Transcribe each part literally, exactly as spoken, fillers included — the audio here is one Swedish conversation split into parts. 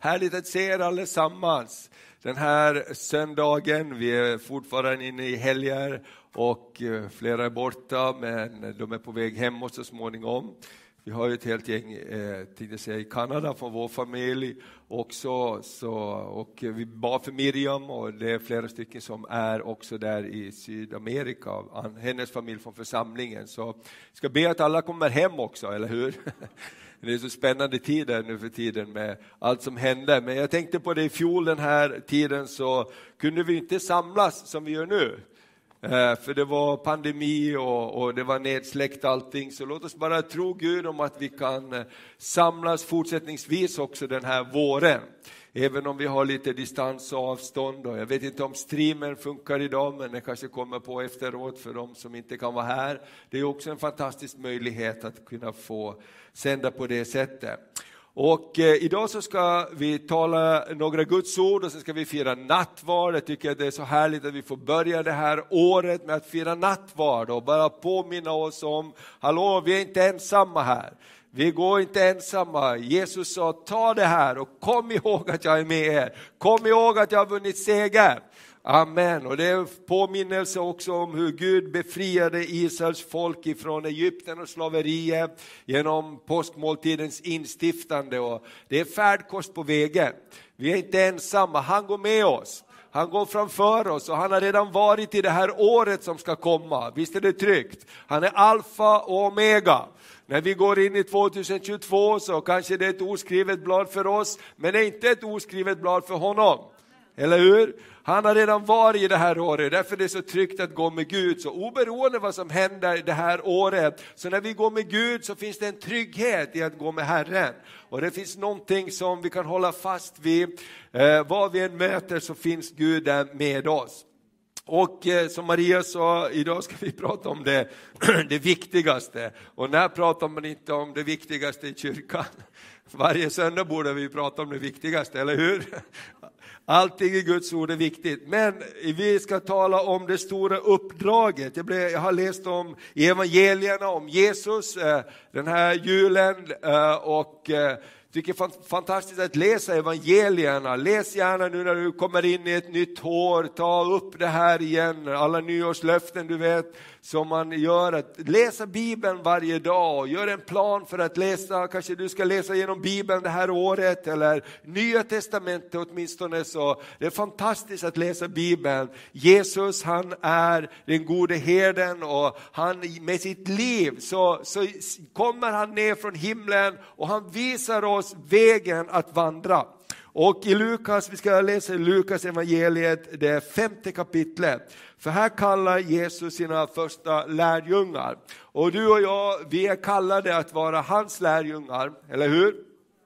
Härligt att se er allesammans. Den här söndagen, vi är fortfarande inne i helger och flera är borta, men de är på väg hem så småningom. Vi har ju ett helt gäng eh, till säga, i Kanada från vår familj också, så, och vi bad för Miriam och det är flera stycken som är också där i Sydamerika, hennes familj från församlingen. Så jag ska be att alla kommer hem också, eller hur? Det är så spännande tider nu för tiden med allt som händer. Men jag tänkte på det i fjol den här tiden så kunde vi inte samlas som vi gör nu. Eh, för det var pandemi och, och det var nedsläckt allting. Så låt oss bara tro Gud om att vi kan eh, samlas fortsättningsvis också den här våren. Även om vi har lite distans och avstånd. Och jag vet inte om streamen funkar idag, men det kanske kommer på efteråt för de som inte kan vara här. Det är också en fantastisk möjlighet att kunna få sända på det sättet. Och eh, idag så ska vi tala några Guds ord och så ska vi fira nattvard. Jag tycker att det är så härligt att vi får börja det här året med att fira nattvard och bara påminna oss om, hallå, vi är inte ensamma här. Vi går inte ensamma. Jesus sa, ta det här och kom ihåg att jag är med er. Kom ihåg att jag har vunnit seger. Amen. Och det är påminnelse också om hur Gud befriade Israels folk ifrån Egypten och slaveriet genom påskmåltidens instiftande. Och det är färdkost på vägen. Vi är inte ensamma. Han går med oss. Han går framför oss och han har redan varit i det här året som ska komma. Visst är det tryggt? Han är alfa och omega. När vi går in i tjugohundratjugotvå så kanske det är ett oskrivet blad för oss, men det är inte ett oskrivet blad för honom. Eller hur? Han har redan varit i det här året, därför är det så tryggt att gå med Gud. Så oberoende vad som händer det här året, så när vi går med Gud så finns det en trygghet i att gå med Herren. Och det finns någonting som vi kan hålla fast vid. Eh, vad vi än möter så finns Gud där med oss. Och eh, som Maria sa, idag ska vi prata om det, det viktigaste. Och när pratar man inte om det viktigaste i kyrkan? Varje söndag borde vi prata om det viktigaste, eller hur? Allting i Guds ord är viktigt. Men vi ska tala om det stora uppdraget. Jag, blev, jag har läst om i evangelierna om Jesus eh, den här julen eh, och eh, tycker det är fantastiskt att läsa evangelierna. Läs gärna nu när du kommer in i ett nytt år. Ta upp det här igen. Alla nyårslöften du vet som man gör. Att läsa Bibeln varje dag. Gör en plan för att läsa. Kanske du ska läsa genom Bibeln det här året. Eller Nya testamentet åtminstone. Så det är fantastiskt att läsa Bibeln. Jesus, han är den gode herden. Och han med sitt liv så, så kommer han ner från himlen. Och han visar oss vägen att vandra. Och i Lukas, vi ska läsa Lukas evangeliet, det femte kapitlet. För här kallar Jesus sina första lärjungar. Och du och jag, vi är kallade att vara hans lärjungar, eller hur?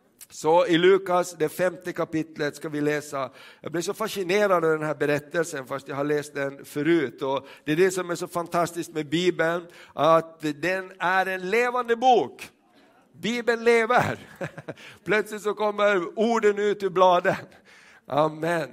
Så i Lukas, det femte kapitlet ska vi läsa. Jag blev så fascinerad av den här berättelsen fast jag har läst den förut. Och det är det som är så fantastiskt med Bibeln, att den är en levande bok. Bibeln lever. Plötsligt så kommer orden ut ur bladen. Amen.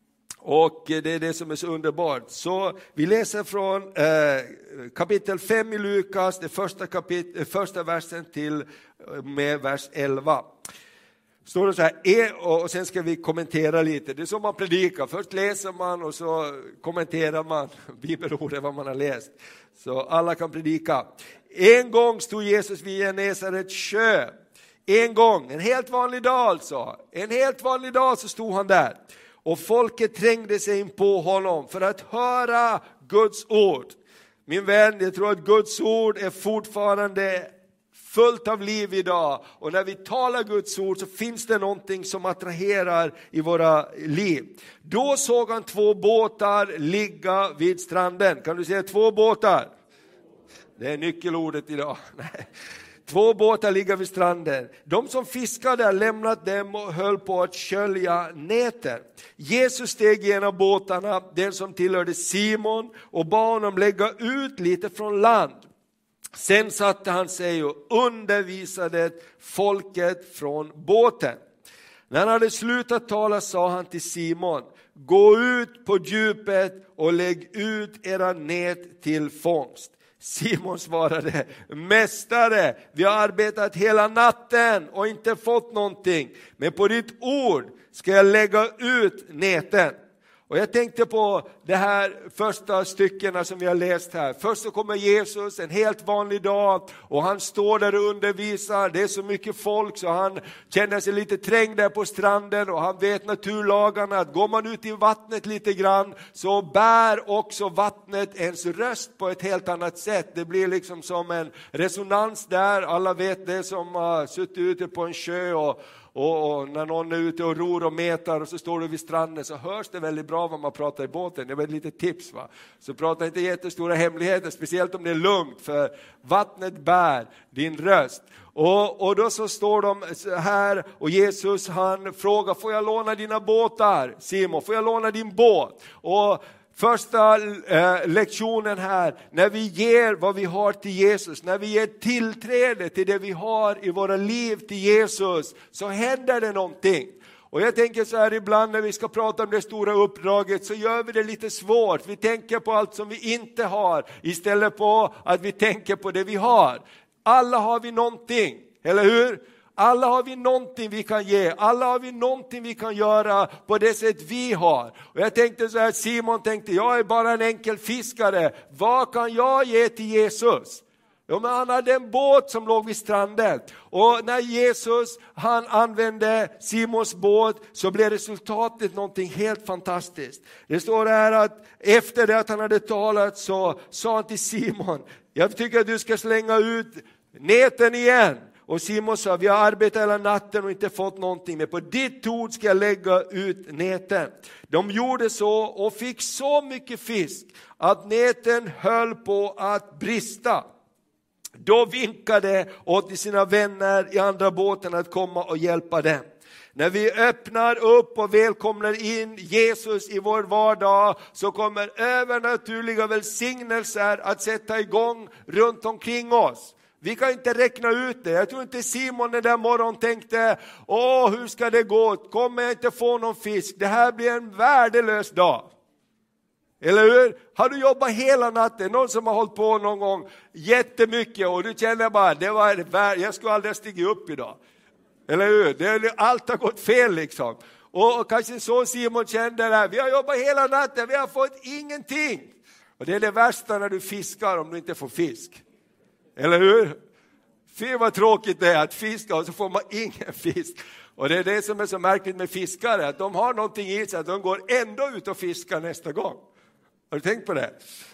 Och det är det som är så underbart. Så vi läser från eh, kapitel fem i Lukas, det första, kapit- första versen till med vers elva. Står det så här, och sen ska vi kommentera lite. Det är som man predikar. Först läser man och så kommenterar man bibelordet vad man har läst. Så alla kan predika. En gång stod Jesus vid Genesarets sjö. En gång, en helt vanlig dag alltså. En helt vanlig dag så stod han där. Och folket trängde sig in på honom för att höra Guds ord. Min vän, jag tror att Guds ord är fortfarande fullt av liv idag. Och när vi talar Guds ord så finns det någonting som attraherar i våra liv. Då såg han två båtar ligga vid stranden. Kan du säga två båtar? Det är nyckelordet idag. Nej. Två båtar ligger vid stranden. De som fiskade lämnat dem och höll på att kölja näten. Jesus steg i en av båtarna, den som tillhörde Simon, och bad honom lägga ut lite från land. Sen satte han sig och undervisade folket från båten. När han hade slutat tala sa han till Simon: gå ut på djupet och lägg ut era nät till fångst. Simon svarade: Mästare, vi har arbetat hela natten och inte fått någonting. Men på ditt ord ska jag lägga ut näten. Och jag tänkte på det här första styckena som vi har läst här. Först så kommer Jesus en helt vanlig dag och han står där och undervisar. Det är så mycket folk så han känner sig lite trängd där på stranden och han vet naturlagarna att går man ut i vattnet lite grann så bär också vattnet ens röst på ett helt annat sätt. Det blir liksom som en resonans där. Alla vet det som har suttit ute på en sjö och Och, och när någon är ute och ror och metar och så står du vid stranden så hörs det väldigt bra vad man pratar i båten. Det är väl lite tips va. Så prata inte jättestora hemligheter, speciellt om det är lugnt, för vattnet bär din röst. Och, och då så står de här och Jesus han frågar: får jag låna dina båtar Simon? Får jag låna din båt? Och första eh, lektionen här, när vi ger vad vi har till Jesus, när vi ger tillträde till det vi har i våra liv till Jesus, så händer det någonting. Och jag tänker så här, ibland när vi ska prata om det stora uppdraget så gör vi det lite svårt. Vi tänker på allt som vi inte har istället på att vi tänker på det vi har. Alla har vi någonting, eller hur? Alla har vi någonting vi kan ge. Alla har vi någonting vi kan göra på det sätt vi har. Och jag tänkte så här, Simon tänkte, jag är bara en enkel fiskare. Vad kan jag ge till Jesus? Ja, men han hade en båt som låg vid stranden. Och när Jesus han använde Simons båt så blev resultatet någonting helt fantastiskt. Det står här att efter det att han hade talat så sa han till Simon: jag tycker att du ska slänga ut näten igen. Och Simon sa: vi har arbetat hela natten och inte fått någonting, men på ditt ord ska jag lägga ut näten. De gjorde så och fick så mycket fisk att näten höll på att brista. Då vinkade åt sina vänner i andra båten att komma och hjälpa dem. När vi öppnar upp och välkomnar in Jesus i vår vardag så kommer övernaturliga välsignelser att sätta igång runt omkring oss. Vi kan inte räkna ut det. Jag tror inte Simon den där morgonen tänkte: åh, hur ska det gå? Kommer jag inte få någon fisk? Det här blir en värdelös dag. Eller hur? Har du jobbat hela natten? Någon som har hållit på någon gång jättemycket och du känner bara, det var, jag skulle aldrig stiga upp idag. Eller hur? Det, allt har gått fel liksom. Och, och kanske så Simon kände det här. Vi har jobbat hela natten, vi har fått ingenting. Och det är det värsta när du fiskar om du inte får fisk. Eller hur? Fy vad tråkigt det är att fiska och så får man ingen fisk. Och det är det som är så märkligt med fiskare, att de har någonting i sig att de går ändå ut och fiskar nästa gång. Har du tänkt på det?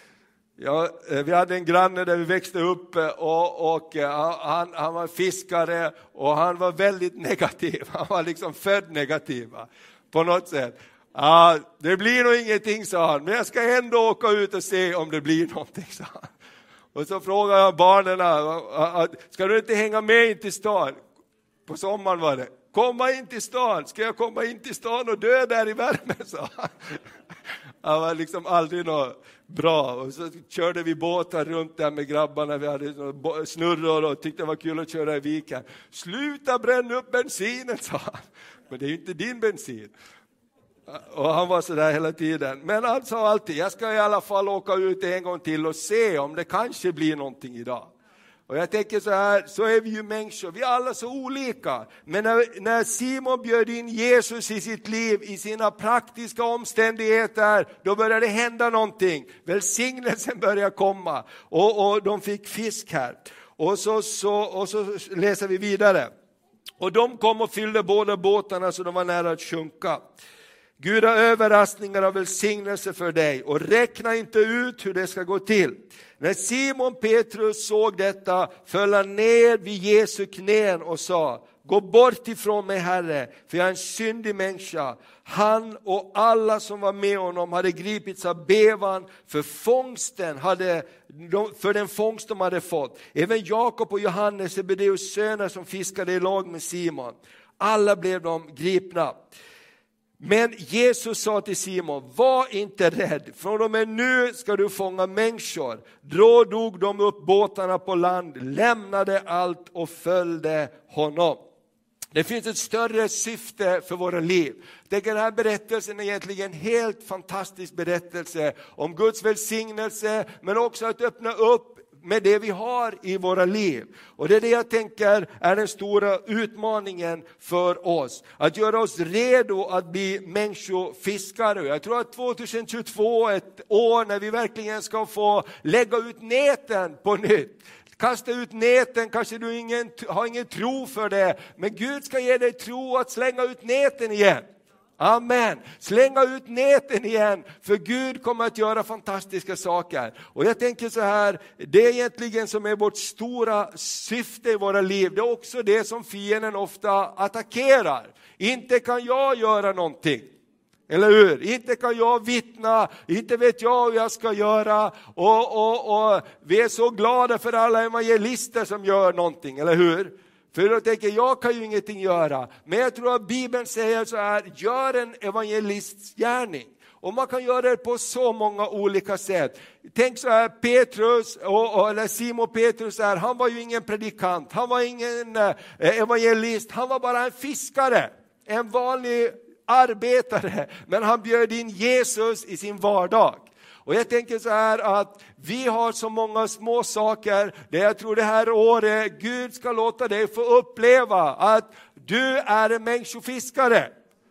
Ja, vi hade en granne där vi växte upp och, och han, han var fiskare och han var väldigt negativ. Han var liksom född negativ på något sätt. Ja, det blir nog ingenting, sa han, men jag ska ändå åka ut och se om det blir någonting, sa han. Och så frågade jag barnen: ska du inte hänga med in till stan? På sommaren var det. Komma in till stan. Ska jag komma in till stan och dö där i värmen, sa han. Han var liksom aldrig något bra. Och så körde vi båtar runt där med grabbarna. Vi hade snurror och tyckte det var kul att köra i viken. Sluta bränna upp bensinen, sa han. Men det är ju inte din bensin. Och han var så där hela tiden. Men han sa alltid: jag ska i alla fall åka ut en gång till och se om det kanske blir någonting idag. Och jag tänker så här, så är vi ju människor. Vi är alla så olika. Men när, när Simon bjöd in Jesus i sitt liv, i sina praktiska omständigheter, då började det hända någonting. Välsignelsen började komma. Och, och de fick fisk här. Och så, så, och så läser vi vidare. Och de kom och fyllde båda båtarna så de var nära att sjunka. Gud har överraskningar av välsignelse för dig och räkna inte ut hur det ska gå till. När Simon Petrus såg detta föll han ner vid Jesu knän och sa: gå bort ifrån mig, Herre, för jag är en syndig människa. Han och alla som var med honom hade gripits av bevan för fångsten hade, för den fångst de hade fått. Även Jakob och Johannes, Sebedeus söner, som fiskade i lag med Simon. Alla blev de gripna. Men Jesus sa till Simon: var inte rädd, från och med nu ska du fånga människor. Då drog de upp båtarna på land, lämnade allt och följde honom. Det finns ett större syfte för våra liv. Den här berättelsen är egentligen en helt fantastisk berättelse om Guds välsignelse, men också att öppna upp med det vi har i våra liv. Och det är det jag tänker är den stora utmaningen för oss. Att göra oss redo att bli människofiskare. Jag tror att tjugohundratjugotvå är ett år när vi verkligen ska få lägga ut näten på nytt. Kasta ut näten, kanske du ingen, har ingen tro för det. Men Gud ska ge dig tro att slänga ut näten igen. Amen. Slänga ut näten igen. För Gud kommer att göra fantastiska saker. Och jag tänker så här. Det är egentligen som är vårt stora syfte i våra liv. Det är också det som fienden ofta attackerar. Inte kan jag göra någonting. Eller hur? Inte kan jag vittna, inte vet jag hur jag ska göra. Och, och, och vi är så glada för alla evangelister som gör någonting, eller hur? För då tänker jag, jag kan ju ingenting göra. Men jag tror att Bibeln säger så här, gör en evangelists gärning. Och man kan göra det på så många olika sätt. Tänk så här, Petrus, och, och, eller Simon Petrus här, han var ju ingen predikant, han var ingen eh, evangelist, han var bara en fiskare. En vanlig arbetare, men han bjöd in Jesus i sin vardag. Och jag tänker så här att vi har så många små saker där jag tror det här året Gud ska låta dig få uppleva att du är en människofiskare.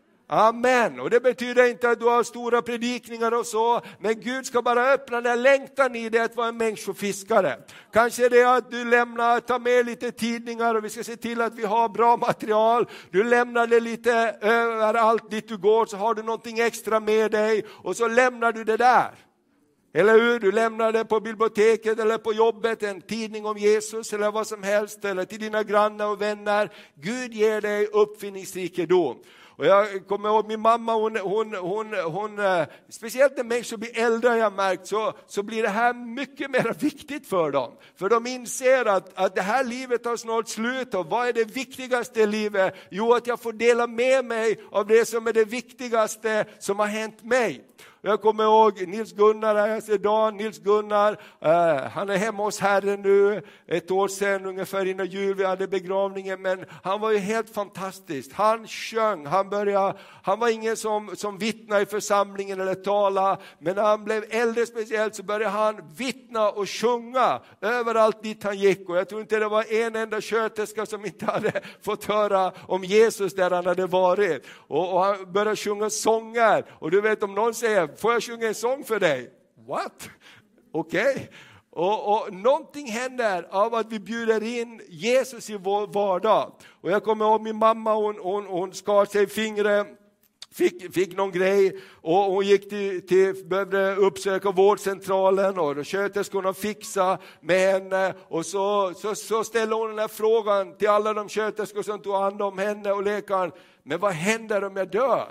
Amen. Och det betyder inte att du har stora predikningar och så, men Gud ska bara öppna den längtan i dig att vara en människofiskare. Kanske det är att du lämnar, tar med lite tidningar och vi ska se till att vi har bra material. Du lämnar det lite överallt dit du går, så har du någonting extra med dig och så lämnar du det där. Eller hur? Du lämnar det på biblioteket eller på jobbet, en tidning om Jesus eller vad som helst, eller till dina grannar och vänner. Gud ger dig uppfinningsrikedom. Och jag kommer ihåg min mamma, hon, hon, hon, hon, speciellt när människor blir äldre, jag märkt, så, så blir det här mycket mer viktigt för dem. För de inser att, att det här livet har snart slut, och vad är det viktigaste i livet? Jo, att jag får dela med mig av det som är det viktigaste som har hänt mig. Jag kommer ihåg Nils Gunnar, jag ser Dan, Nils Gunnar, uh, han är hemma hos Herren nu, ett år sedan ungefär innan jul, vi hade begravningen, men han var ju helt fantastisk. Han sjöng, han började, han var ingen som, som vittnade i församlingen eller tala, men när han blev äldre speciellt så började han vittna och sjunga överallt dit han gick. Och jag tror inte det var en enda sköterska som inte hade fått höra om Jesus där han hade varit. Och, och han började sjunga sånger, och du vet om någon säger, får jag sjunga en sång för dig? What? Okej. Okay. Och, och någonting händer av att vi bjuder in Jesus i vår vardag. Och jag kommer ihåg min mamma, hon, hon, hon skar sig i fingret. Fick, fick någon grej och hon gick till, till, behövde uppsöka vårdcentralen, och då sköterskorna fixa med henne, och så, så, så ställde hon den här frågan till alla de sköterskor som tog hand om henne och läkaren. Men vad händer om jag dör?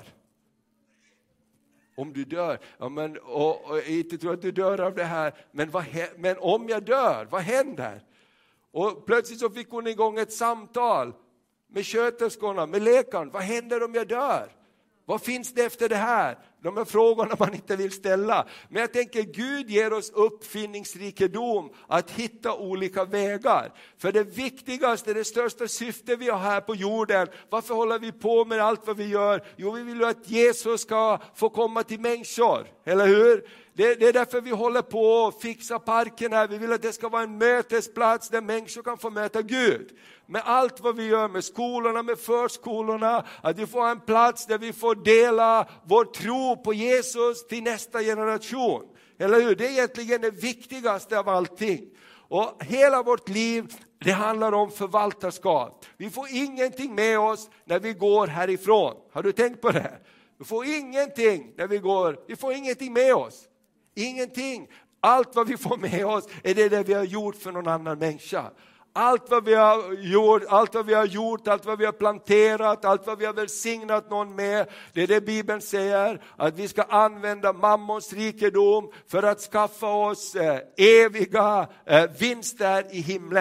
Om du dör, ja, men, och, och inte tror att du dör av det här, men, vad, men om jag dör, vad händer? Och plötsligt så fick hon igång ett samtal med sköterskorna, med läkaren. Vad händer om jag dör? Vad finns det efter det här? De är frågorna man inte vill ställa. Men jag tänker, Gud ger oss uppfinningsrikedom att hitta olika vägar. För det viktigaste, det största syftet vi har här på jorden, varför håller vi på med allt vad vi gör? Jo, vi vill ju att Jesus ska få komma till människor, eller hur? Det, det är därför vi håller på att fixa parken här. Vi vill att det ska vara en mötesplats där människor kan få möta Gud. Med allt vad vi gör med skolorna, med förskolorna. Att vi får en plats där vi får dela vår tro på Jesus till nästa generation. Eller hur? Det är egentligen det viktigaste av allting. Och hela vårt liv, det handlar om förvaltarskap. Vi får ingenting med oss när vi går härifrån. Har du tänkt på det? Vi får ingenting när vi går. Vi får ingenting med oss. Ingenting. Allt vad vi får med oss är det, det vi har gjort för någon annan människa. Allt vad vi har gjort, allt vad vi har gjort, allt vad vi har planterat, allt vad vi har välsignat någon med. Det är det Bibeln säger, att vi ska använda mammons rikedom för att skaffa oss eh, eviga eh, vinster i himlen.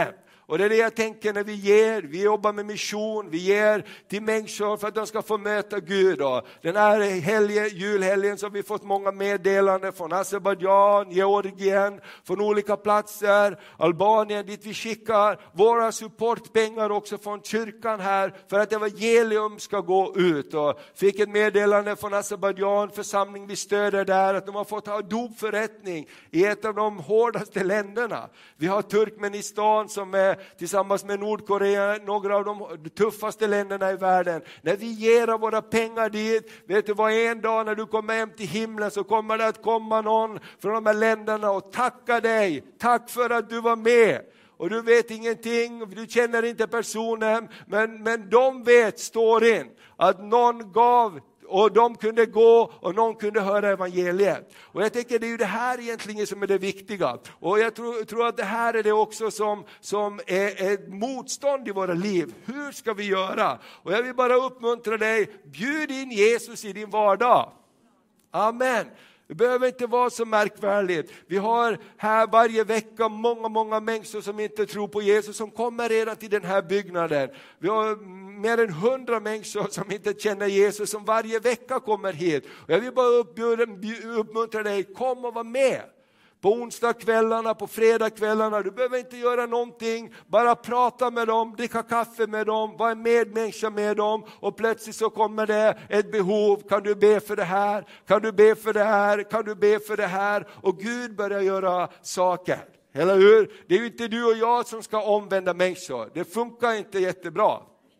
Och det är det jag tänker när vi ger. Vi jobbar med mission. Vi ger till människor för att de ska få möta Gud. Och den här helgen, julhelgen så har vi fått många meddelanden från Azerbaijan, Georgien, från olika platser. Albanien dit vi skickar våra supportpengar också från kyrkan här. För att evangelium ska gå ut. Och fick ett meddelande från Azerbaijan, församling vi stöder där. Att de har fått ha dopförrättning i ett av de hårdaste länderna. Vi har Turkmenistan som är tillsammans med Nordkorea några av de tuffaste länderna i världen. När vi ger våra pengar dit, vet du vad, en dag när du kommer hem till himlen så kommer det att komma någon från de här länderna och tacka dig. Tack för att du var med. Och du vet ingenting, du känner inte personen, men, men de vet, står in, att någon gav. Och de kunde gå och någon kunde höra evangeliet. Och jag tänker det är ju det här egentligen som är det viktiga. Och jag tror, tror att det här är det också som, som är ett motstånd i våra liv. Hur ska vi göra? Och jag vill bara uppmuntra dig, bjud in Jesus i din vardag. Amen. Det behöver inte vara så märkvärdigt. Vi har här varje vecka många, många människor som inte tror på Jesus som kommer redan till den här byggnaden. Vi har mer än hundra människor som inte känner Jesus som varje vecka kommer hit. Och jag vill bara uppmuntra dig, kom och var med. På onsdagskvällarna, på fredagskvällarna, du behöver inte göra någonting. Bara prata med dem, dricka kaffe med dem, vara medmänniska med dem. Och plötsligt så kommer det ett behov. Kan du be för det här? Kan du be för det här? Kan du be för det här? Och Gud börjar göra saker. Eller hur? Det är ju inte du och jag som ska omvända människor. Det funkar inte jättebra.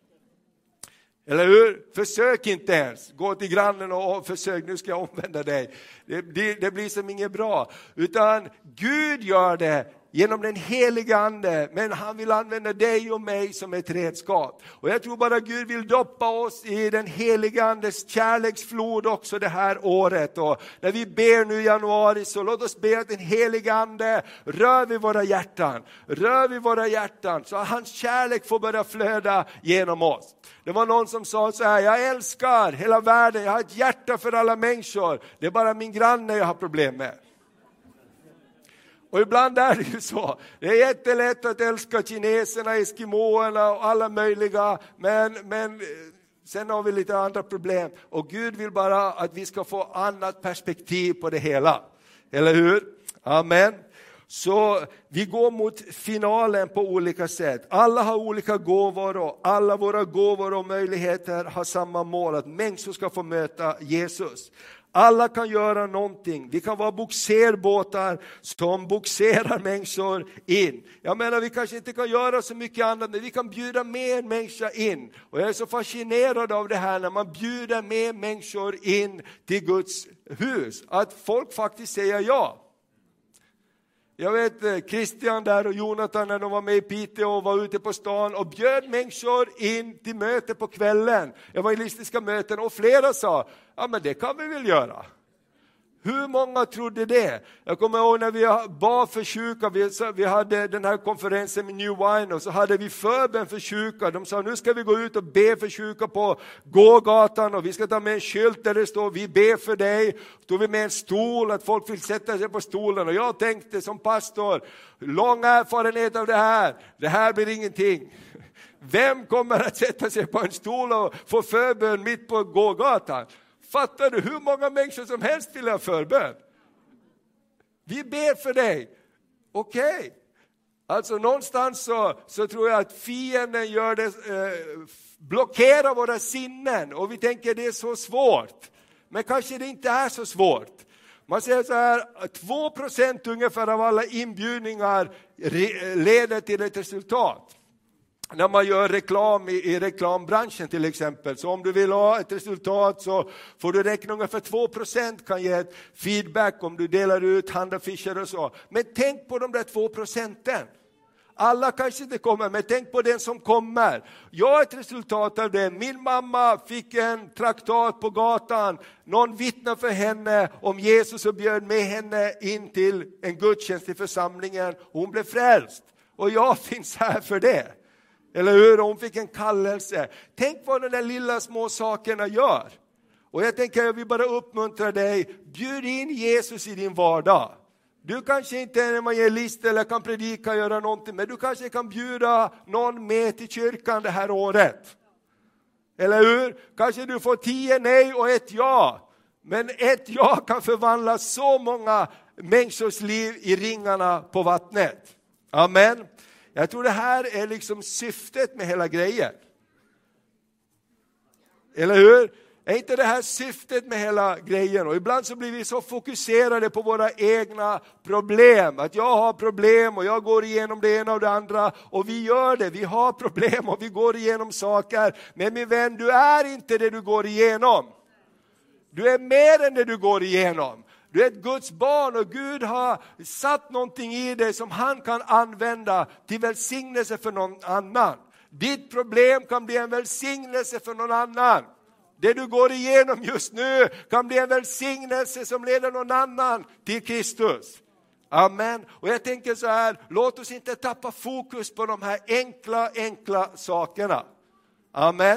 Eller hur? Försök inte ens. Gå till grannen och försök, nu ska jag omvända dig. Det, det, det blir som inget bra. Utan Gud gör det genom den heliga ande. Men han vill använda dig och mig som ett redskap. Och jag tror bara Gud vill doppa oss i den heliga andes kärleksflod också det här året. Och när vi ber nu i januari så låt oss be att den heliga ande rör vid våra hjärtan. Rör vid våra hjärtan så att hans kärlek får börja flöda genom oss. Det var någon som sa så här, jag älskar hela världen, jag har ett hjärta för alla människor. Det är bara min granne jag har problem med. Och ibland är det ju så. Det är jättelätt att älska kineserna, eskimoerna och alla möjliga. Men, men sen har vi lite andra problem. Och Gud vill bara att vi ska få annat perspektiv på det hela. Eller hur? Amen. Så vi går mot finalen på olika sätt. Alla har olika gåvor och alla våra gåvor och möjligheter har samma mål. Att människor ska få möta Jesus. Alla kan göra någonting. Vi kan vara boxerbåtar som boxerar människor in. Jag menar vi kanske inte kan göra så mycket annat, men vi kan bjuda med människor in. Och jag är så fascinerad av det här när man bjuder med människor in till Guds hus. Att folk faktiskt säger ja. Jag vet Christian där och Jonathan när de var med i Piteå och var ute på stan och bjöd människor in till möte på kvällen. Evangelistiska möten och flera sa, ja men det kan vi väl göra. Hur många trodde det? Jag kommer ihåg när vi bad för sjuka, vi, vi hade den här konferensen med New Wine och så hade vi förbön för sjuka. De sa nu ska vi gå ut och be för sjuka på gågatan och vi ska ta med en skylt där det står vi ber för dig. Då tog vi med en stol att folk vill sätta sig på stolen och jag tänkte som pastor, lång erfarenhet av det här, det här blir ingenting. Vem kommer att sätta sig på en stol och få förbön mitt på gågatan? Fattar du hur många människor som helst vill ha förbön? Vi ber för dig. Okej. Okay. Alltså någonstans så, så tror jag att fienden gör det, eh, blockerar våra sinnen. Och vi tänker det är så svårt. Men kanske det inte är så svårt. Man säger så här, två procent ungefär av alla inbjudningar re, leder till ett resultat. När man gör reklam i, i reklambranschen till exempel. Så om du vill ha ett resultat så får du räkna ungefär två procent kan ge ett feedback om du delar ut handaffischer och så. Men tänk på de där två procenten. Alla kanske inte kommer, men tänk på den som kommer. Jag är ett resultat av det. Min mamma fick en traktat på gatan. Någon vittnar för henne om Jesus och bjöd med henne in till en gudstjänst i församlingen. Hon blev frälst. Och jag finns här för det. Eller hur? Hon fick en kallelse. Tänk vad de där lilla små sakerna gör. Och jag tänker jag vill bara uppmuntra dig. Bjud in Jesus i din vardag. Du kanske inte är en evangelist eller kan predika och göra någonting, men du kanske kan bjuda någon med till kyrkan det här året. Eller hur? Kanske du får tio nej och ett ja. Men ett ja kan förvandla så många människors liv i ringarna på vattnet. Amen. Jag tror det här är liksom syftet med hela grejen. Eller hur? Är inte det här syftet med hela grejen? Och ibland så blir vi så fokuserade på våra egna problem. Att jag har problem och jag går igenom det ena och det andra. Och vi gör det, vi har problem och vi går igenom saker. Men min vän, du är inte det du går igenom. Du är mer än det du går igenom. Du är ett Guds barn och Gud har satt någonting i dig som han kan använda till välsignelse för någon annan. Ditt problem kan bli en välsignelse för någon annan. Det du går igenom just nu kan bli en välsignelse som leder någon annan till Kristus. Amen. Och jag tänker så här, låt oss inte tappa fokus på de här enkla, enkla sakerna. Amen.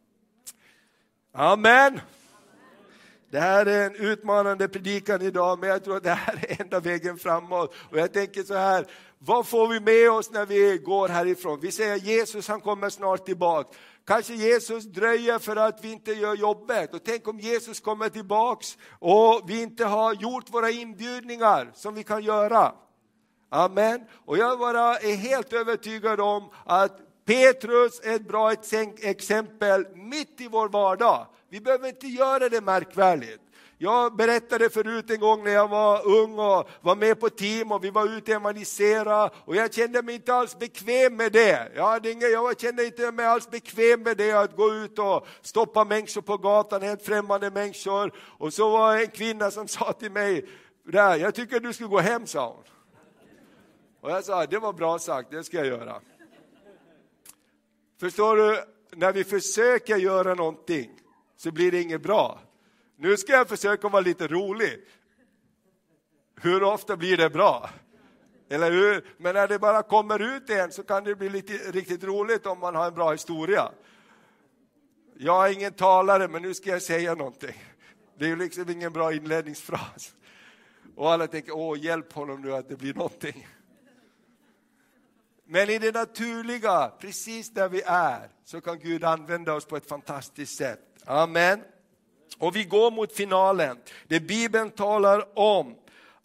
Amen. Det här är en utmanande predikan idag, men jag tror att det här är enda vägen framåt. Och jag tänker så här, vad får vi med oss när vi går härifrån? Vi säger Jesus, han kommer snart tillbaka. Kanske Jesus dröjer för att vi inte gör jobbet. Och tänk om Jesus kommer tillbaks och vi inte har gjort våra inbjudningar som vi kan göra. Amen. Och jag bara är helt övertygad om att Petrus är ett bra exempel mitt i vår vardag. Vi behöver inte göra det märkvärdigt. Jag berättade förut en gång när jag var ung och var med på team och vi var ute och evangelisera och jag kände mig inte alls bekväm med det. Jag, hade inga, jag kände inte mig alls bekväm med det att gå ut och stoppa människor på gatan, helt främmande människor. Och så var en kvinna som sa till mig, där, jag tycker du skulle gå hem, sa hon. Och jag sa, det var bra sagt, det ska jag göra. Förstår du, när vi försöker göra någonting så blir det inget bra. Nu ska jag försöka vara lite rolig. Hur ofta blir det bra? Eller hur? Men när det bara kommer ut igen så kan det bli lite riktigt roligt om man har en bra historia. Jag är ingen talare, men nu ska jag säga någonting. Det är ju liksom ingen bra inledningsfras. Och alla tänker, åh, hjälp honom nu att det blir någonting. Men i det naturliga, precis där vi är, så kan Gud använda oss på ett fantastiskt sätt. Amen. Och vi går mot finalen. Det Bibeln talar om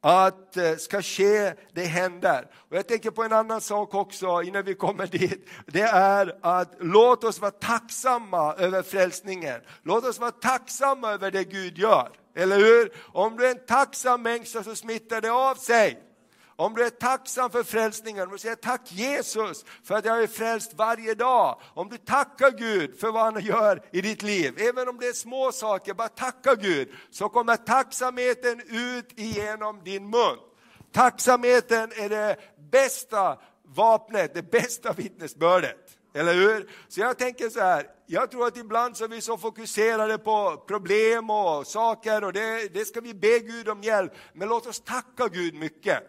att ska ske, det händer. Och jag tänker på en annan sak också innan vi kommer dit. Det är att låt oss vara tacksamma över frälsningen. Låt oss vara tacksamma över det Gud gör. Eller hur? Om du är en tacksam människa så smittar det av sig. Om du är tacksam för frälsningen, om du säger tack Jesus för att jag är frälst varje dag. Om du tackar Gud för vad han gör i ditt liv, även om det är små saker, bara tacka Gud, så kommer tacksamheten ut igenom din mun. Tacksamheten är det bästa vapnet, det bästa vittnesbördet. Eller hur? Så jag tänker så här, jag tror att ibland så är vi så fokuserade på problem och saker och det, det ska vi be Gud om hjälp. Men låt oss tacka Gud mycket.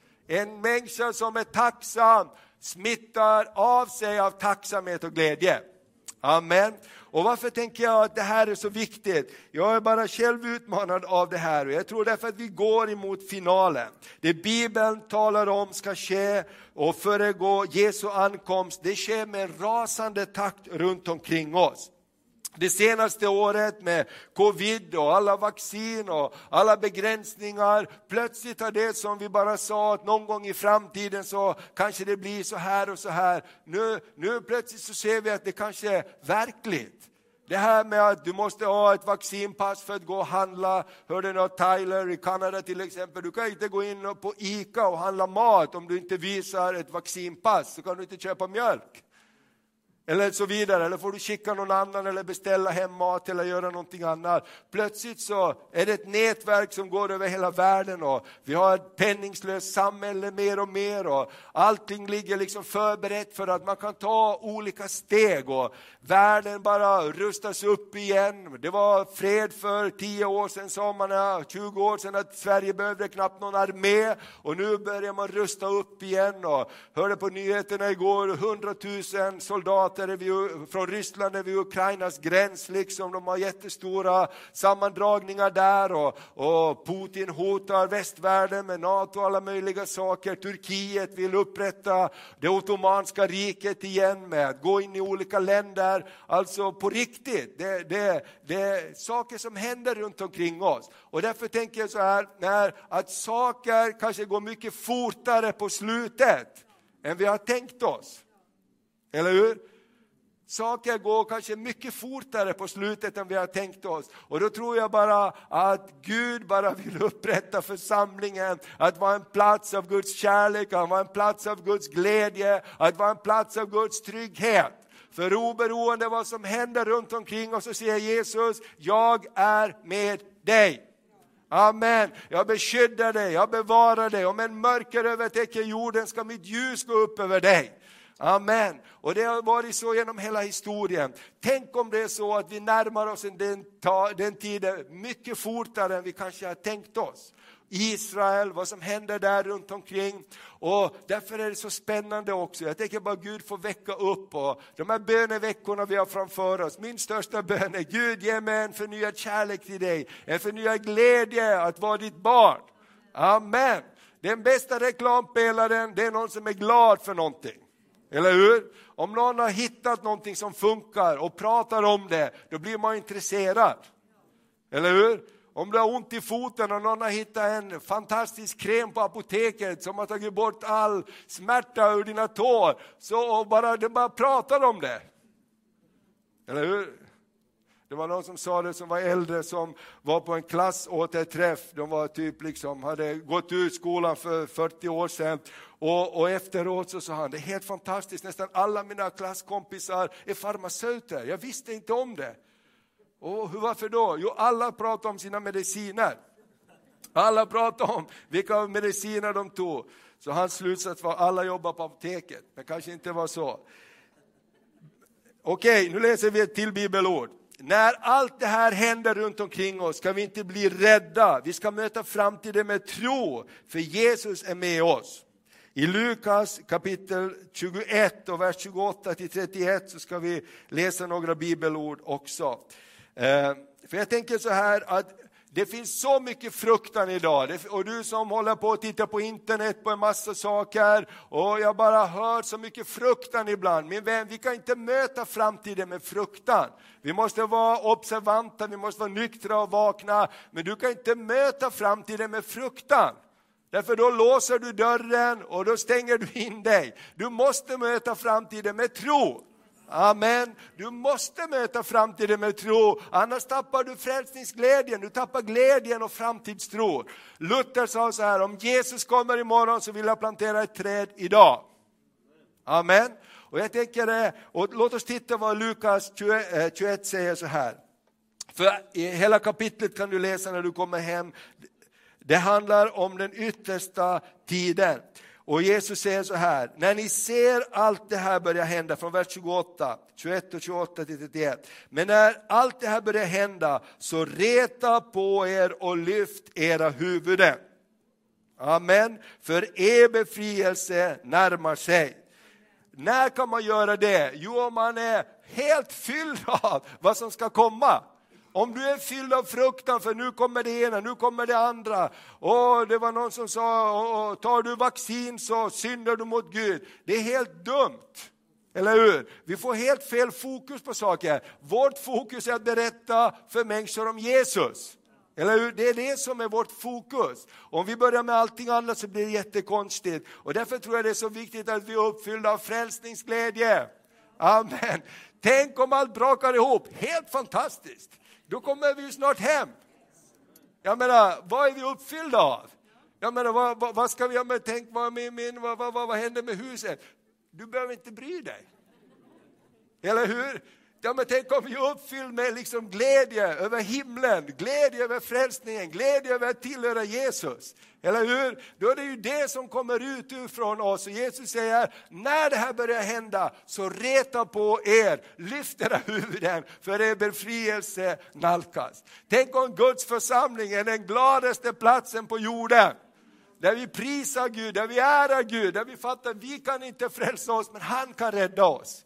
En människa som är tacksam smittar av sig av tacksamhet och glädje. Amen. Och varför tänker jag att det här är så viktigt? Jag är bara själv utmanad av det här. Och jag tror därför att vi går emot finalen. Det Bibeln talar om ska ske och föregå Jesu ankomst. Det sker med en rasande takt runt omkring oss. Det senaste året med covid och alla vaccin och alla begränsningar. Plötsligt har det som vi bara sa att någon gång i framtiden så kanske det blir så här och så här. Nu, nu plötsligt så ser vi att det kanske är verkligt. Det här med att du måste ha ett vaccinpass för att gå och handla. Hörde ni Tyler i Kanada till exempel. Du kan inte gå in på ICA och handla mat om du inte visar ett vaccinpass. Så kan du inte köpa mjölk. Eller så vidare, eller får du skicka någon annan eller beställa hem mat eller göra någonting annat. Plötsligt så är det ett nätverk som går över hela världen och vi har ett penningslöst samhälle mer och mer och allting ligger liksom förberett för att man kan ta olika steg och världen bara rustas upp igen. Det var fred för tio år sedan, sa man, tjugo år sedan att Sverige behövde knappt någon armé och nu börjar man rusta upp igen och hörde på nyheterna igår hundratusen soldater soldater vid, från Ryssland vid Ukrainas gräns. Liksom. De har jättestora sammandragningar där. Och, och Putin hotar västvärlden med NATO och alla möjliga saker. Turkiet vill upprätta det ottomanska riket igen med att gå in i olika länder. Alltså på riktigt. Det, det, det är saker som händer runt omkring oss. Och därför tänker jag så här, när, att saker kanske går mycket fortare på slutet än vi har tänkt oss. Eller hur? Saker går kanske mycket fortare på slutet än vi har tänkt oss. Och då tror jag bara att Gud bara vill upprätta församlingen. Att vara en plats av Guds kärlek, att vara en plats av Guds glädje, att vara en plats av Guds trygghet. För oberoende vad som händer runt omkring oss så säger Jesus, jag är med dig. Amen. Jag beskyddar dig, jag bevarar dig. Om en mörker övertäcker jorden ska mitt ljus gå upp över dig. Amen. Och det har varit så genom hela historien. Tänk om det är så att vi närmar oss den, den tiden mycket fortare än vi kanske har tänkt oss. Israel, vad som händer där runt omkring. Och därför är det så spännande också. Jag tänker bara Gud får väcka upp. Och de här böneveckorna vi har framför oss. Min största bön är Gud, ge mig en förnyad kärlek till dig. En förnyad glädje att vara ditt barn. Amen. Den bästa reklampelaren, det är någon som är glad för någonting. Eller hur? Om någon har hittat någonting som funkar och pratar om det, då blir man intresserad. Eller hur? Om du har ont i foten och någon har hittat en fantastisk kräm på apoteket som har tagit bort all smärta ur dina tår, så bara, det bara pratar om det. Eller hur? Det var någon som sa det som var äldre som var på en klassåterträff. De var typ liksom, hade gått ut skolan för fyrtio år sedan. Och, och efteråt så sa han, det är helt fantastiskt. Nästan alla mina klasskompisar är farmaceuter. Jag visste inte om det. Och varför då? Jo, alla pratar om sina mediciner. Alla pratar om vilka mediciner de tog. Så hans slutsats var, alla jobbar på apoteket. Men kanske inte var så. Okej, nu läser vi ett till bibelord. När allt det här händer runt omkring oss ska vi inte bli rädda. Vi ska möta framtiden med tro, för Jesus är med oss. I Lukas kapitel tjugoett och vers tjugoåtta till trettioett så ska vi läsa några bibelord också. Eh, för jag tänker så här att det finns så mycket fruktan idag. Och du som håller på att titta på internet på en massa saker. Och jag bara hör så mycket fruktan ibland. Min vän, vi kan inte möta framtiden med fruktan. Vi måste vara observanta, vi måste vara nyktra och vakna. Men du kan inte möta framtiden med fruktan. Därför då låser du dörren och då stänger du in dig. Du måste möta framtiden med tro. Amen. Du måste möta framtiden med tro. Annars tappar du frälsningsglädjen. Du tappar glädjen och framtidstro. Luther sa så här, om Jesus kommer imorgon så vill jag plantera ett träd idag. Amen. Och jag tänker det, och låt oss titta vad Lukas tjugoett säger så här. För i hela kapitlet kan du läsa när du kommer hem. Det handlar om den yttersta tiden. Och Jesus säger så här, när ni ser allt det här börja hända, från vers tjugoåtta, tjugoett och tjugoåtta till trettioett. Men när allt det här börjar hända, så reta på er och lyft era huvuden. Amen. För er befrielse närmar sig. När kan man göra det? Jo, om man är helt fylld av vad som ska komma. Om du är fylld av fruktan för nu kommer det ena, nu kommer det andra. Och det var någon som sa, tar du vaccin så syndar du mot Gud. Det är helt dumt. Eller hur? Vi får helt fel fokus på saker. Vårt fokus är att berätta för människor om Jesus. Eller hur? Det är det som är vårt fokus. Om vi börjar med allting annat så blir det jättekonstigt. Och därför tror jag det är så viktigt att vi är uppfyllda av frälsningsglädje. Amen. Tänk om allt brakar ihop. Helt fantastiskt. Då kommer vi snart hem. Jag menar, vad är vi uppfyllda av? Jag menar, vad, vad, vad ska vi göra med, tänk, vad, med, med, vad, vad, vad händer med huset? Du behöver inte bry dig. Eller hur? Ja, men tänk om vi är uppfylld med liksom glädje över himlen, glädje över frälsningen, glädje över att tillhöra Jesus. Eller hur? Då är det ju det som kommer ut ifrån oss. Och Jesus säger, när det här börjar hända så reta på er, lyft era huvuden för er befrielse nalkas. Tänk om Guds församling är den gladaste platsen på jorden. Där vi prisar Gud, där vi ärar Gud, där vi fattar att vi kan inte frälsa oss men han kan rädda oss.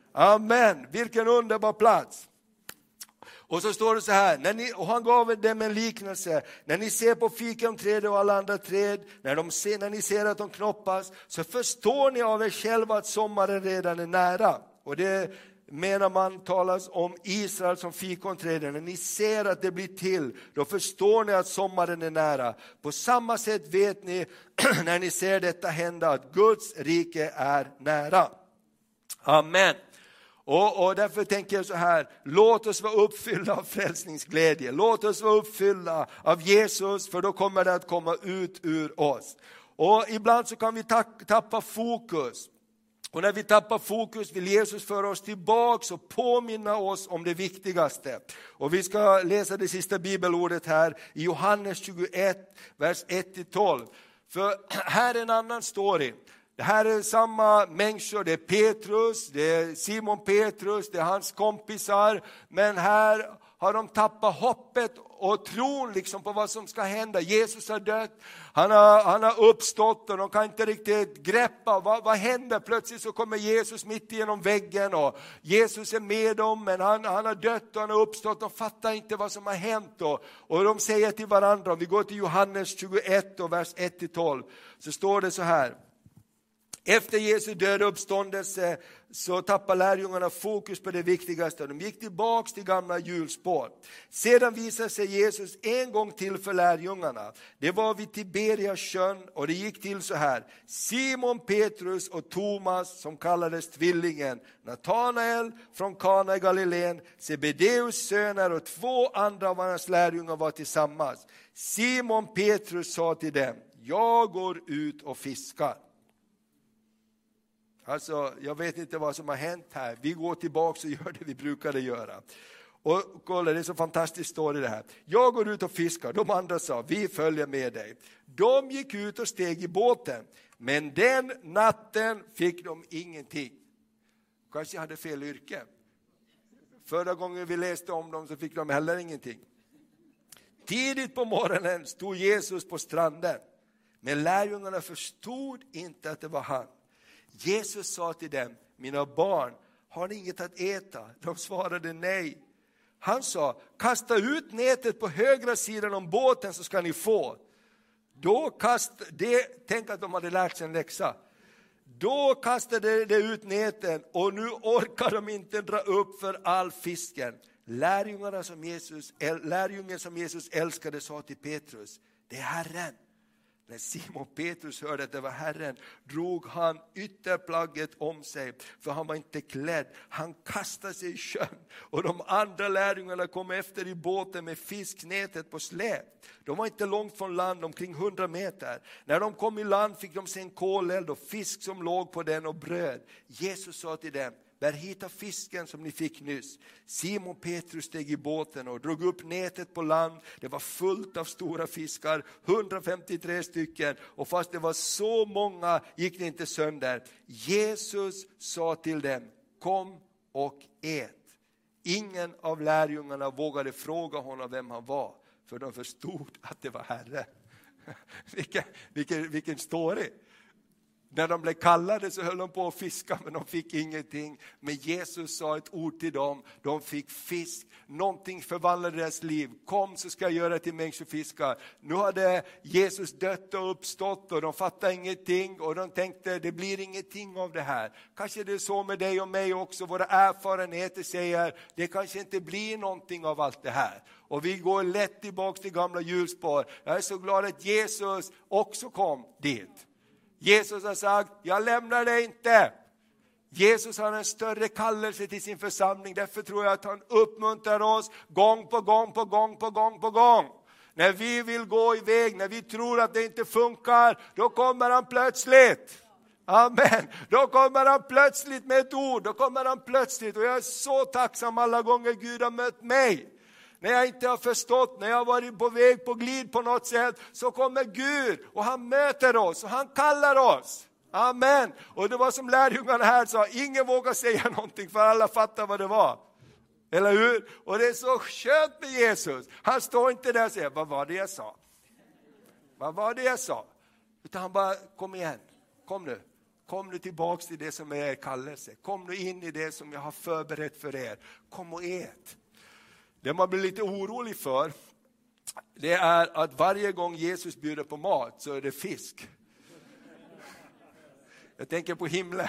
Amen, vilken underbar plats. Och så står det så här, när ni, och han gav dem en liknelse. När ni ser på fikanträd och alla andra träd, när, de ser, när ni ser att de knoppas, så förstår ni av er själva att sommaren redan är nära. Och det menar man talas om Israel som fikonträden. När ni ser att det blir till, då förstår ni att sommaren är nära. På samma sätt vet ni när ni ser detta hända att Guds rike är nära. Amen. Och, och därför tänker jag så här, låt oss vara uppfyllda av frälsningsglädje. Låt oss vara uppfyllda av Jesus, för då kommer det att komma ut ur oss. Och ibland så kan vi tappa fokus. Och när vi tappar fokus vill Jesus föra oss tillbaka och påminna oss om det viktigaste. Och vi ska läsa det sista bibelordet här i Johannes tjugoett, vers ett till tolv. För här är en annan story. Det här är samma människor, det är Petrus, det är Simon Petrus, det är hans kompisar. Men här har de tappat hoppet och tron liksom på vad som ska hända. Jesus har dött, han har, han har uppstått och de kan inte riktigt greppa. Vad, vad händer? Plötsligt så kommer Jesus mitt igenom väggen och Jesus är med dem, men han, han har dött och han har uppstått. De fattar inte vad som har hänt. Och, och de säger till varandra, om vi går till Johannes tjugoett och vers ett till tolv, så står det så här. Efter Jesu död och uppståndelse så tappar lärjungarna fokus på det viktigaste. De gick tillbaka till gamla hjulspår. Sedan visade sig Jesus en gång till för lärjungarna. Det var vid Tiberias sjön och det gick till så här. Simon Petrus och Thomas, som kallades tvillingen, Natanael från Kana i Galileen, Sebedeus söner och två andra av hans lärjungar var tillsammans. Simon Petrus sa till dem, jag går ut och fiskar. Alltså, jag vet inte vad som har hänt här. Vi går tillbaka och gör det vi brukade göra. Och kolla, det är så fantastiskt story det här. Jag går ut och fiskar. De andra sa, vi följer med dig. De gick ut och steg i båten. Men den natten fick de ingenting. Kanske jag hade fel yrke. Förra gången vi läste om dem så fick de heller ingenting. Tidigt på morgonen stod Jesus på stranden. Men lärjungarna förstod inte att det var han. Jesus sa till dem, mina barn, har ni inget att äta? De svarade nej. Han sa, kasta ut nätet på högra sidan om båten så ska ni få. Då kastade det, tänk att de hade lärt sig en läxa. Då kastade de ut näten och nu orkar de inte dra upp för all fisken. Lärjungarna som Jesus, lärjungen som Jesus älskade sa till Petrus, det är Herren. När Simon Petrus hörde att det var Herren drog han ytterplagget om sig, för han var inte klädd. Han kastade sig i sjön och de andra lärjungarna kom efter i båten med fisknätet på släp. De var inte långt från land, omkring hundra meter. När de kom i land fick de se en koleld och fisk som låg på den och bröd. Jesus sa till dem, bär hit av fisken som ni fick nyss. Simon Petrus steg i båten och drog upp nätet på land. Det var fullt av stora fiskar, hundrafemtiotre stycken. Och fast det var så många gick det inte sönder. Jesus sa till dem, kom och ät. Ingen av lärjungarna vågade fråga honom vem han var, för de förstod att det var Herren. vilken, vilken, vilken story. När de blev kallade så höll de på att fiska, men de fick ingenting. Men Jesus sa ett ord till dem. De fick fisk. Någonting förvandlade deras liv. Kom så ska jag göra till människofiskar. Nu hade Jesus dött och uppstått och de fattade ingenting. Och de tänkte, det blir ingenting av det här. Kanske det är så med dig och mig också. Våra erfarenheter säger, det kanske inte blir någonting av allt det här. Och vi går lätt tillbaka till gamla hjulspår. Jag är så glad att Jesus också kom dit. Jesus har sagt, jag lämnar dig inte. Jesus har en större kallelse till sin församling. Därför tror jag att han uppmuntrar oss gång på gång på gång på gång på gång. När vi vill gå iväg, när vi tror att det inte funkar, då kommer han plötsligt. Amen. Då kommer han plötsligt med ett ord. Då kommer han plötsligt. Och jag är så tacksam alla gånger Gud har mött mig. När jag inte har förstått, när jag har varit på väg på glid på något sätt, så kommer Gud och han möter oss och han kallar oss. Amen. Och det var som lärjungarna här sa, ingen vågar säga någonting för alla fattar vad det var. Eller hur? Och det är så skönt med Jesus. Han står inte där och säger, vad var det jag sa? Vad var det jag sa? Utan han bara, kom igen, kom nu. Kom nu tillbaks till det som är er kallelse. Kom nu in i det som jag har förberett för er. Kom och ät. Det man blir lite orolig för, det är att varje gång Jesus bjuder på mat så är det fisk. Jag tänker på himlen.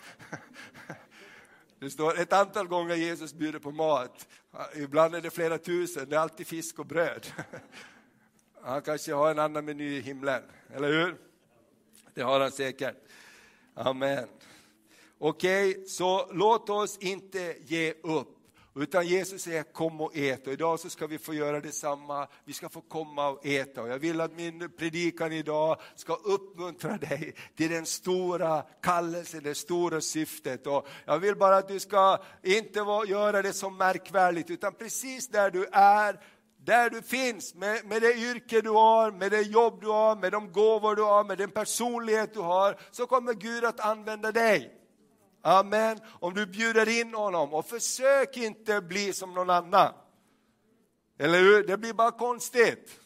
Det står ett antal gånger Jesus bjuder på mat. Ibland är det flera tusen. Det är alltid fisk och bröd. Han kanske har en annan meny i himlen. Eller hur? Det har han säkert. Amen. Okej, okay, så låt oss inte ge upp. Utan Jesus säger kom och ät. Och idag så ska vi få göra detsamma. Vi ska få komma och äta. Och jag vill att min predikan idag ska uppmuntra dig till den stora kallelsen, det stora syftet. Och jag vill bara att du ska inte göra det som märkvärdigt. Utan precis där du är, där du finns, med, med det yrke du har, med det jobb du har, med de gåvor du har, med den personlighet du har. Så kommer Gud att använda dig. Amen. Om du bjuder in honom och försök inte bli som någon annan. Eller hur? Det blir bara konstigt.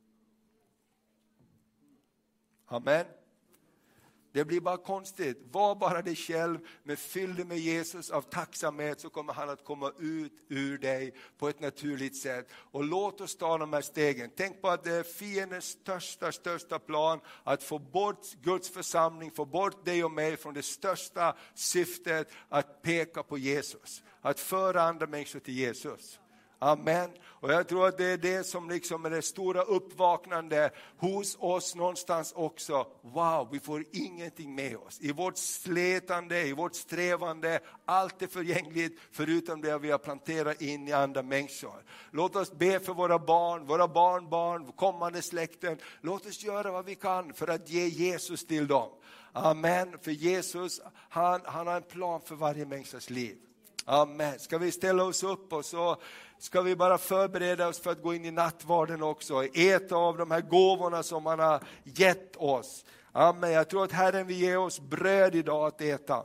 Amen. Det blir bara konstigt. Var bara dig själv, men fyll dig med Jesus av tacksamhet, så kommer han att komma ut ur dig på ett naturligt sätt. Och låt oss ta de här stegen. Tänk på att det är fiendens största, största plan att få bort Guds församling, få bort dig och mig från det största syftet att peka på Jesus. Att föra andra människor till Jesus. Amen. Och jag tror att det är det som liksom är det stora uppvaknande hos oss någonstans också. Wow, vi får ingenting med oss. I vårt sletande, i vårt strävande, allt är förgängligt förutom det vi har planterat in i andra människor. Låt oss be för våra barn, våra barnbarn, kommande släkten. Låt oss göra vad vi kan för att ge Jesus till dem. Amen. För Jesus, han, han har en plan för varje människas liv. Amen. Ska vi ställa oss upp och så ska vi bara förbereda oss för att gå in i nattvarden också. Äta av de här gåvorna som han har gett oss. Amen. Jag tror att Herren vill ge oss bröd idag att äta.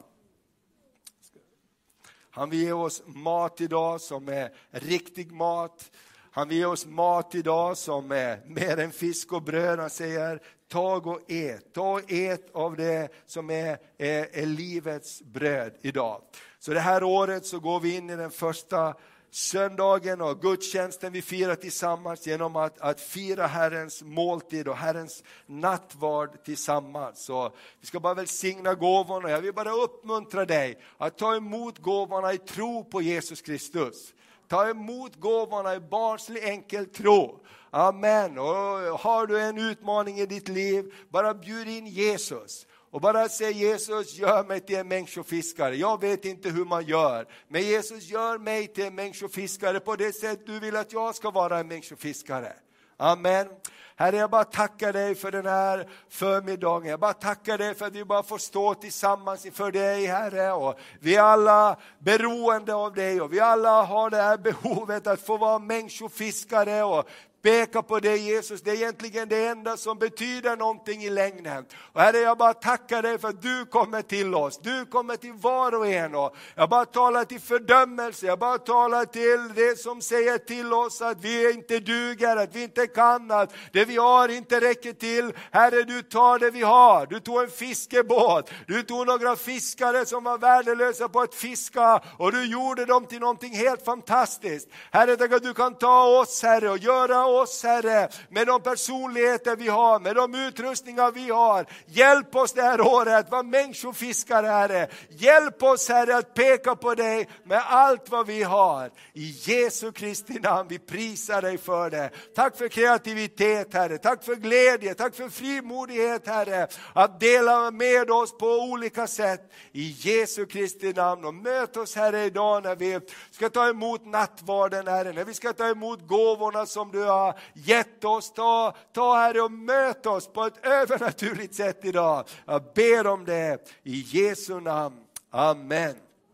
Han vill ge oss mat idag som är riktig mat. Han vill ge oss mat idag som är mer än fisk och bröd. Han säger, tag och ät. Ta och ät av det som är, är, är livets bröd idag. Så det här året så går vi in i den första söndagen och gudstjänsten vi firar tillsammans genom att, att fira Herrens måltid och Herrens nattvard tillsammans. Så vi ska bara välsigna gåvorna. Jag vill bara uppmuntra dig att ta emot gåvorna i tro på Jesus Kristus. Ta emot gåvorna i barnslig enkel tro. Amen. Och har du en utmaning i ditt liv, bara bjud in Jesus. Och bara säg, Jesus, gör mig till en människofiskare. Jag vet inte hur man gör. Men Jesus, gör mig till en människofiskare på det sätt du vill att jag ska vara en människofiskare. Amen. Herre, jag bara tackar dig för den här förmiddagen. Jag bara tackar dig för att vi bara får stå tillsammans inför dig, Herre. Och vi är alla beroende av dig och vi alla har det här behovet att få vara människofiskare och peka på dig, Jesus. Det är egentligen det enda som betyder någonting i längden. Och Herre, jag bara tackar dig för att du kommer till oss. Du kommer till var och en. Och jag bara talar till fördömelse. Jag bara talar till det som säger till oss att vi inte duger, att vi inte kan, att det vi har inte räcker till. Herre, du tar det vi har. Du tog en fiskebåt. Du tog några fiskare som var värdelösa på att fiska och du gjorde dem till någonting helt fantastiskt. Herre, tack att du kan ta oss, Herre, och göra oss, Herre, med de personligheter vi har, med de utrustningar vi har. Hjälp oss det här året att vara människofiskare, Herre. Hjälp oss, Herre, att peka på dig med allt vad vi har. I Jesu Kristi namn, vi prisar dig för det. Tack för kreativitet, Herre. Tack för glädje. Tack för frimodighet, Herre. Att dela med oss på olika sätt. I Jesu Kristi namn. Och möt oss, Herre, idag när vi ska ta emot nattvarden, Herre. När vi ska ta emot gåvorna som du har gett oss. Ta, ta Herre, och möt oss på ett övernaturligt sätt idag. Jag ber om det i Jesu namn. Amen.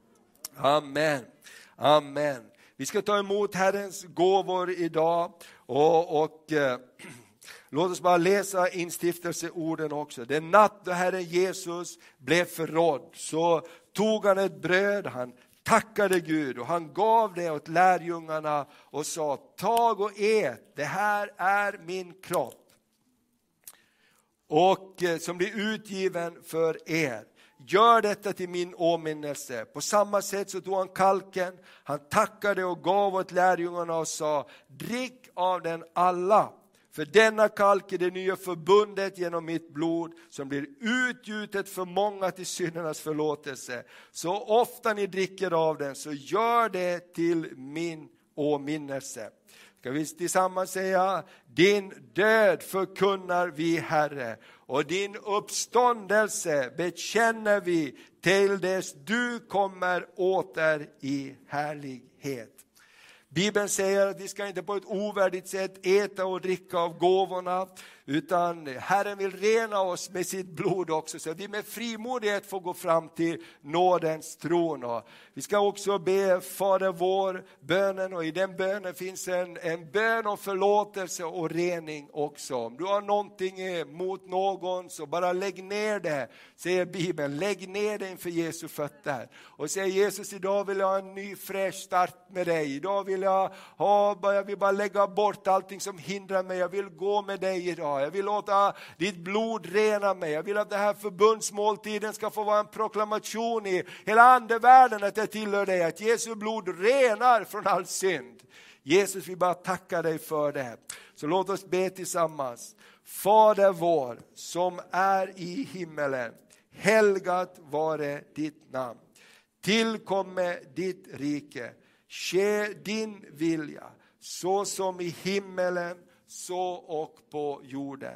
Amen. Amen. Vi ska ta emot Herrens gåvor idag. Och, och eh, låt oss bara läsa instiftelseorden också. Den natt då Herren Jesus blev förrådd, så tog han ett bröd, han tackade Gud och han gav det åt lärjungarna och sa, tag och ät, det här är min kropp. Och eh, som blir utgiven för er. Gör detta till min åminnelse. På samma sätt så tog han kalken. Han tackade och gav åt lärjungarna och sa: drick av den alla. För denna kalk är det nya förbundet genom mitt blod, som blir utgjutet för många till syndernas förlåtelse. Så ofta ni dricker av den, så gör det till min åminnelse. Ska vi tillsammans säga: din död förkunnar vi, Herre, och din uppståndelse bekänner vi till dess du kommer åter i härlighet. Bibeln säger att vi ska inte på ett ovärdigt sätt äta och dricka av gåvorna, utan Herren vill rena oss med sitt blod också, så att vi med frimodighet får gå fram till nådens tron. Vi ska också be Fader vår bönen, och i den bönen finns en, en bön om förlåtelse och rening också. Om du har någonting emot någon, så bara lägg ner det, säger Bibeln. Lägg ner det inför Jesu fötter och säg: Jesus, idag vill jag ha en ny fräsch start med dig. Idag vill jag ha, jag vill bara lägga bort allting som hindrar mig. Jag vill gå med dig idag. Jag vill låta ditt blod rena mig. Jag vill att det här förbundsmåltiden ska få vara en proklamation i hela andevärlden att jag tillhör dig. Att Jesu blod renar från all synd. Jesus, vi bara tackar dig för det. Så låt oss be tillsammans. Fader vår som är i himmelen, helgat vare ditt namn. Tillkomme ditt rike. Ske din vilja, så som i himmelen, så och på jorden.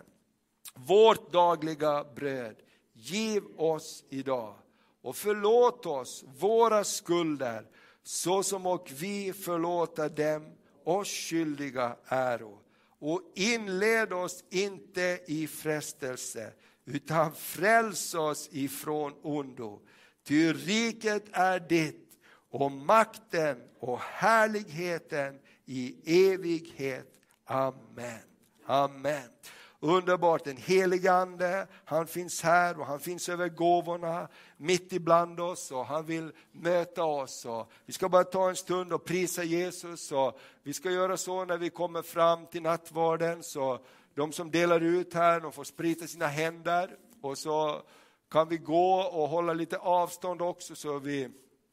Vårt dagliga bröd giv oss idag, och förlåt oss våra skulder, så som och vi förlåter dem oss skyldiga äro. Och inled oss inte i frestelse, utan fräls oss ifrån ondo. Ty riket är ditt, och makten och härligheten i evighet. Amen. Amen. Underbart, den helige ande, han finns här och han finns över gåvorna mitt ibland oss, och han vill möta oss. Och vi ska bara ta en stund och prisa Jesus, och vi ska göra så när vi kommer fram till nattvarden, så de som delar ut här, de får sprita sina händer, och så kan vi gå och hålla lite avstånd också, så vi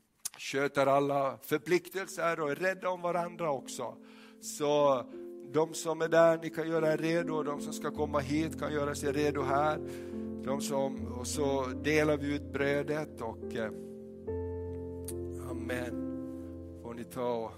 sköter alla förpliktelser och är rädda om varandra också. Så de som är där, ni kan göra er redo. De som ska komma hit kan göra sig redo här. De som, och så delar vi ut brödet. Och eh, amen. Får ni ta och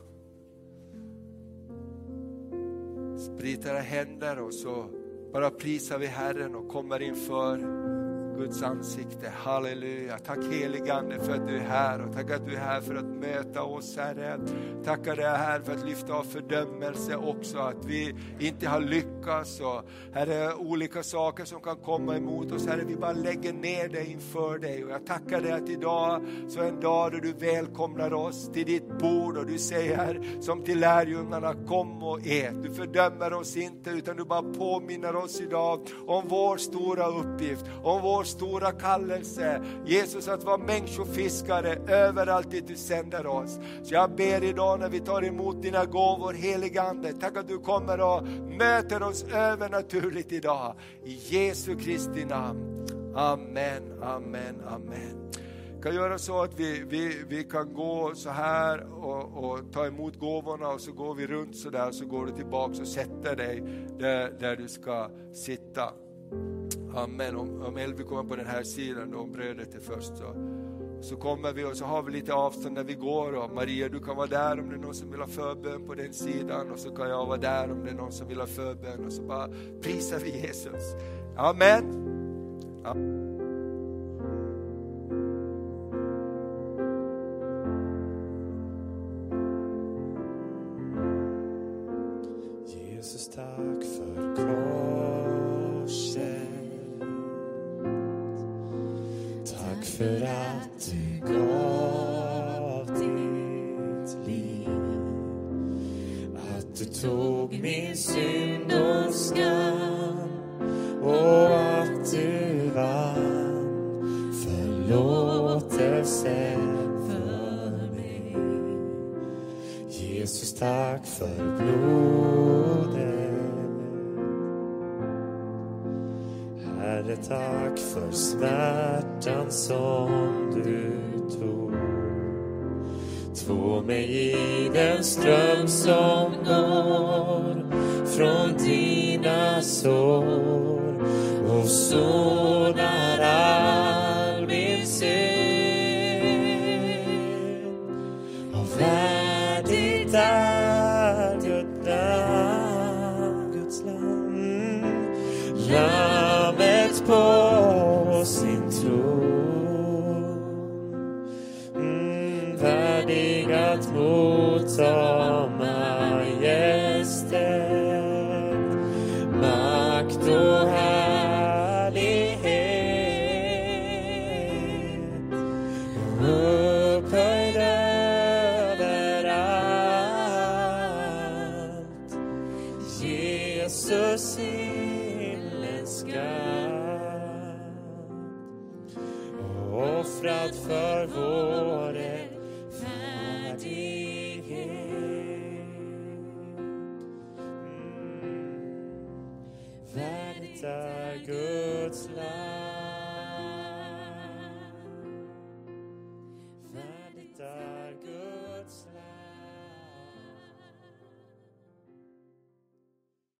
sprita era händer, och så bara prisar vi Herren och kommer inför Guds ansikte. Halleluja. Tack helige ande för att du är här, och tack att du är här för att möta oss, Herre. Tackar dig här för att lyfta av fördömelse också, att vi inte har lyckats, och Herre, olika saker som kan komma emot oss. Herre, vi bara lägger ner det inför dig, och jag tackar dig att idag så är en dag då du välkomnar oss till ditt bord, och du säger som till lärjungarna: kom och ät. Du fördömer oss inte, utan du bara påminner oss idag om vår stora uppgift, om vår stora kallelse, Jesus, att vara människofiskare överallt dit du sänder oss. Så jag ber idag när vi tar emot dina gåvor, helige ande, tack att du kommer och möter oss övernaturligt idag. I Jesu Kristi namn. Amen, amen, amen. Kan göra så att vi, vi, vi kan gå så här och, och ta emot gåvorna, och så går vi runt så där, så går du tillbaka och sätter dig där, där du ska sitta. Amen. Om, om Elvi kommer på den här sidan då, om brödet är först, så, så kommer vi, och så har vi lite avstånd när vi går. Och Maria, du kan vara där om det är någon som vill ha förbön på den sidan, och så kan jag vara där om det är någon som vill ha förbön, och så bara prisar vi Jesus. Amen. Amen. Jesus, tack för korset. Tack för att du gav ditt liv. Att du tog min synd och skam, och att du vann förlåtelse för mig. Jesus, tack för blodet. Herre, Herre, tack för smärtan som du tog. Två mig i den ström som går från dina sår och sonar all min synd. Och värdigt är Guds lam, Guds lam, lammet på sin tron. Mm, värdig att motta majestät, makt och härlighet, upphöjd över allt. Jesus himlens skatt, offrad för vår rättfärdighet. Mm. Värdigt är Guds lam.